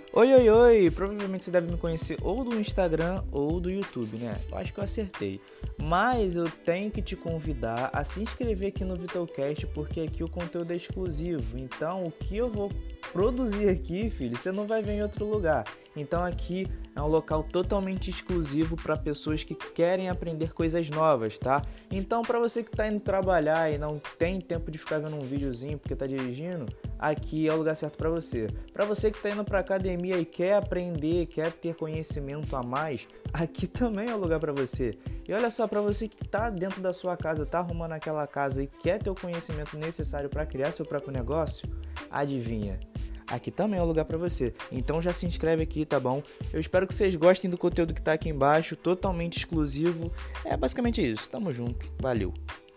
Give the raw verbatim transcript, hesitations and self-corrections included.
Oi, oi, oi! Provavelmente você deve me conhecer ou do Instagram ou do YouTube, né? Eu acho que eu acertei. Mas eu tenho que te convidar a se inscrever aqui no Vitalcast, porque aqui o conteúdo é exclusivo. Então, o que eu vou produzir aqui, filho, você não vai ver em outro lugar. Então, aqui é um local totalmente exclusivo para pessoas que querem aprender coisas novas, tá? Então, para você que está indo trabalhar e não tem tempo de ficar vendo um videozinho porque está dirigindo, aqui é o lugar certo para você. Para você que está indo para academia e quer aprender, quer ter conhecimento a mais, aqui também é o lugar para você. E olha só, para você que está dentro da sua casa, está arrumando aquela casa e quer ter o conhecimento necessário para criar seu próprio negócio, adivinha? Aqui também é o lugar para você. Então já se inscreve aqui, tá bom? Eu espero que vocês gostem do conteúdo que tá aqui embaixo, totalmente exclusivo. É basicamente isso. Tamo junto. Valeu.